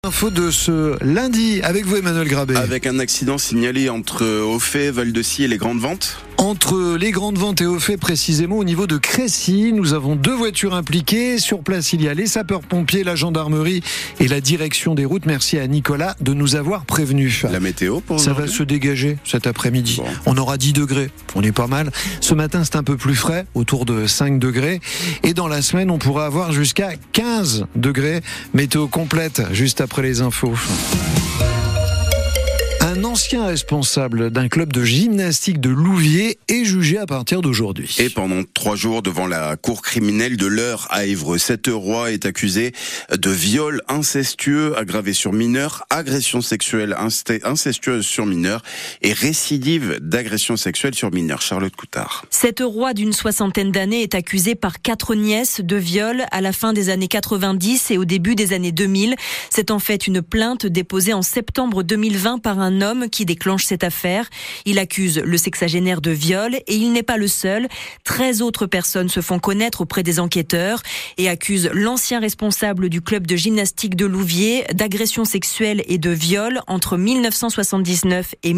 Info de ce lundi avec vous Emmanuel Grabé. Avec un accident signalé entre Auffay, Val-de-Scie et les Grandes Ventes. Entre les Grandes Ventes et Auffay, précisément au niveau de Crécy, nous avons 2 voitures impliquées. Sur place, il y a les sapeurs-pompiers, la gendarmerie et la direction des routes. Merci à Nicolas de nous avoir prévenus. La météo pour ça aujourd'hui ? va se dégager cet après-midi. Bon. On aura 10 degrés, on est pas mal. Ce matin, c'est un peu plus frais, autour de 5 degrés. Et dans la semaine, on pourra avoir jusqu'à 15 degrés. Météo complète, juste après les infos. Un ancien responsable d'un club de gymnastique de Louviers est jugé à partir d'aujourd'hui. Et pendant 3 jours devant la cour criminelle de l'Eure à Évreux, cet Roi est accusé de viol incestueux aggravé sur mineur, agression sexuelle incestueuse sur mineur et récidive d'agression sexuelle sur mineur. Charlotte Coutard. Cet Roi d'une 60aine d'années est accusé par 4 nièces de viol à la fin des années 90 et au début des années 2000. C'est en fait une plainte déposée en septembre 2020 par un homme qui déclenche cette affaire. Il accuse le sexagénaire de viol et il n'est pas le seul. 13 autres personnes se font connaître auprès des enquêteurs et accusent l'ancien responsable du club de gymnastique de Louviers d'agression sexuelle et de viol entre 1979 et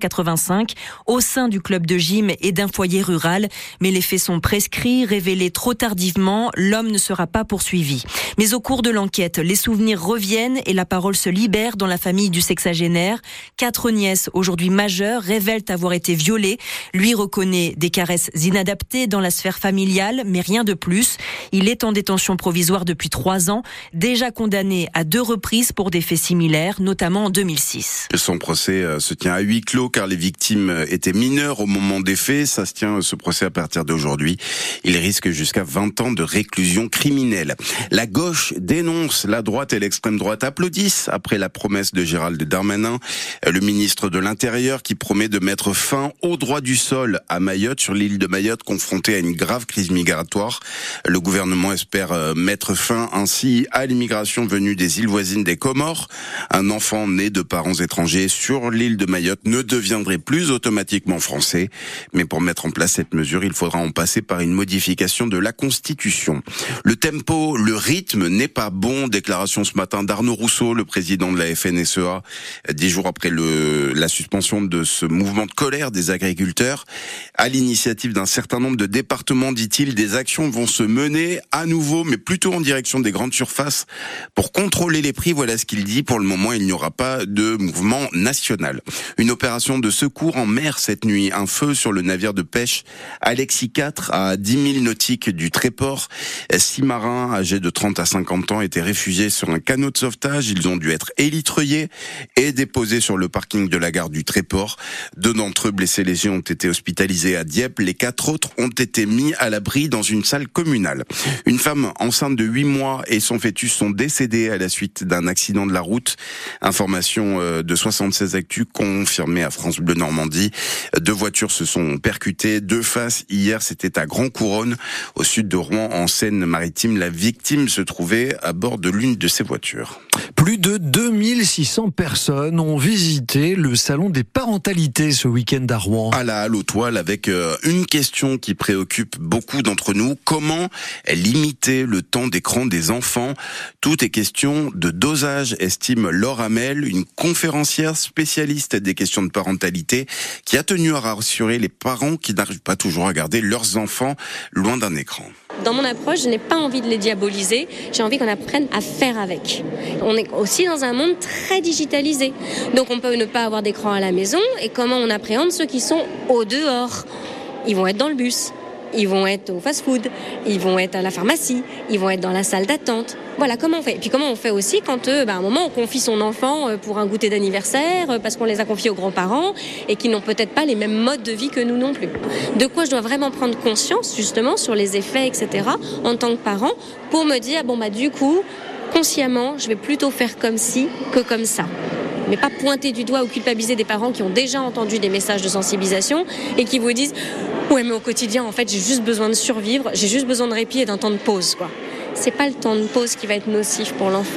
1985 au sein du club de gym et d'un foyer rural. Mais les faits sont prescrits, révélés trop tardivement. L'homme ne sera pas poursuivi. Mais au cours de l'enquête, les souvenirs reviennent et la parole se libère dans la famille du sexagénaire. 4 nièces, aujourd'hui majeures, révèlent avoir été violées. Lui reconnaît des caresses inadaptées dans la sphère familiale, mais rien de plus. Il est en détention provisoire depuis 3 ans, déjà condamné à 2 reprises pour des faits similaires, notamment en 2006. Son procès se tient à huis clos car les victimes étaient mineures au moment des faits. Ça se tient, ce procès, à partir d'aujourd'hui. Il risque jusqu'à 20 ans de réclusion criminelle. La gauche dénonce, la droite et l'extrême droite applaudissent après la promesse de Gérald Darmanin, le ministre de l'Intérieur, qui promet de mettre fin au droit du sol à Mayotte, sur l'île de Mayotte, confrontée à une grave crise migratoire. Le gouvernement espère mettre fin ainsi à l'immigration venue des îles voisines des Comores. Un enfant né de parents étrangers sur l'île de Mayotte ne deviendrait plus automatiquement français. Mais pour mettre en place cette mesure, il faudra en passer par une modification de la Constitution. Le tempo, le rythme n'est pas bon. Déclaration ce matin d'Arnaud Rousseau, le président de la FNSEA, 10 jours après la suspension de ce mouvement de colère des agriculteurs. À l'initiative d'un certain nombre de départements, dit-il, des actions vont se mener à nouveau, mais plutôt en direction des grandes surfaces pour contrôler les prix. Voilà ce qu'il dit. Pour le moment, il n'y aura pas de mouvement national. Une opération de secours en mer cette nuit. Un feu sur le navire de pêche Alexis IV à 10 000 nautiques du Tréport. 6 marins âgés de 30 à 50 ans étaient réfugiés sur un canot de sauvetage. Ils ont dû être élitreillés et déposés sur le parking de la gare du Tréport. 2 d'entre eux, blessés légers, ont été hospitalisés à Dieppe. Les 4 autres ont été mis à l'abri dans une salle communale. Une femme enceinte de 8 mois et son fœtus sont décédés à la suite d'un accident de la route. Information de 76 Actu confirmée à France Bleu Normandie. 2 voitures se sont percutées de face. Hier, c'était à Grand Couronne, au sud de Rouen, en Seine-Maritime. La victime se trouvait à bord de l'une de ces voitures. Plus de 2600 personnes ont visité le salon des parentalités ce week-end à Rouen. À la halle aux toiles, avec une question qui préoccupe beaucoup d'entre nous. Comment limiter le temps d'écran des enfants ? Tout est question de dosage, estime Laure Hamel, une conférencière spécialiste des questions de parentalité, qui a tenu à rassurer les parents qui n'arrivent pas toujours à garder leurs enfants loin d'un écran. Dans mon approche, je n'ai pas envie de les diaboliser, j'ai envie qu'on apprenne à faire avec. On est aussi dans un monde très digitalisé, donc on peut ne pas avoir d'écran à la maison, et comment on appréhende ceux qui sont au dehors ? Ils vont être dans le bus, ils vont être au fast-food, ils vont être à la pharmacie, ils vont être dans la salle d'attente. Voilà, comment on fait ? Et puis comment on fait aussi quand, à un moment, on confie son enfant pour un goûter d'anniversaire, parce qu'on les a confiés aux grands-parents, et qui n'ont peut-être pas les mêmes modes de vie que nous non plus. De quoi je dois vraiment prendre conscience, justement, sur les effets, etc., en tant que parent, pour me dire, du coup, consciemment, je vais plutôt faire comme ci que comme ça. Mais pas pointer du doigt ou culpabiliser des parents qui ont déjà entendu des messages de sensibilisation et qui vous disent « Ouais, mais au quotidien, en fait, j'ai juste besoin de survivre, j'ai juste besoin de répit et d'un temps de pause, quoi. » C'est pas le temps de pause qui va être nocif pour l'enfant.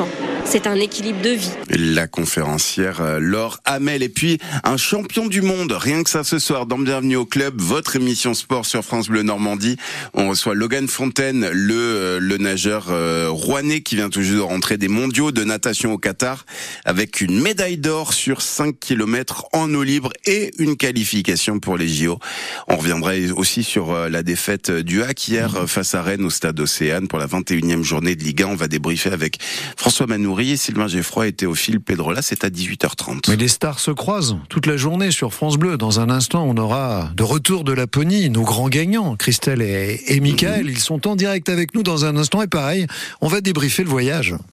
c'est un équilibre de vie. La conférencière Laure Hamel. Et puis, un champion du monde, rien que ça ce soir, dans Bienvenue au Club, votre émission sport sur France Bleu Normandie. On reçoit Logan Fontaine, le nageur rouennais qui vient tout juste de rentrer des mondiaux de natation au Qatar, avec une médaille d'or sur 5 km en eau libre et une qualification pour les JO. On reviendra aussi sur la défaite du HAC hier face à Rennes au stade Océane pour la 21e journée de Ligue 1. On va débriefer avec François Manoury, Sylvain Geffroy et Théophile Pedrola. C'est à 18h30. Mais les stars se croisent toute la journée sur France Bleu. Dans un instant, on aura de retour de Laponie, nos grands gagnants, Christelle et Mickaël. Ils sont en direct avec nous dans un instant et pareil, on va débriefer le voyage.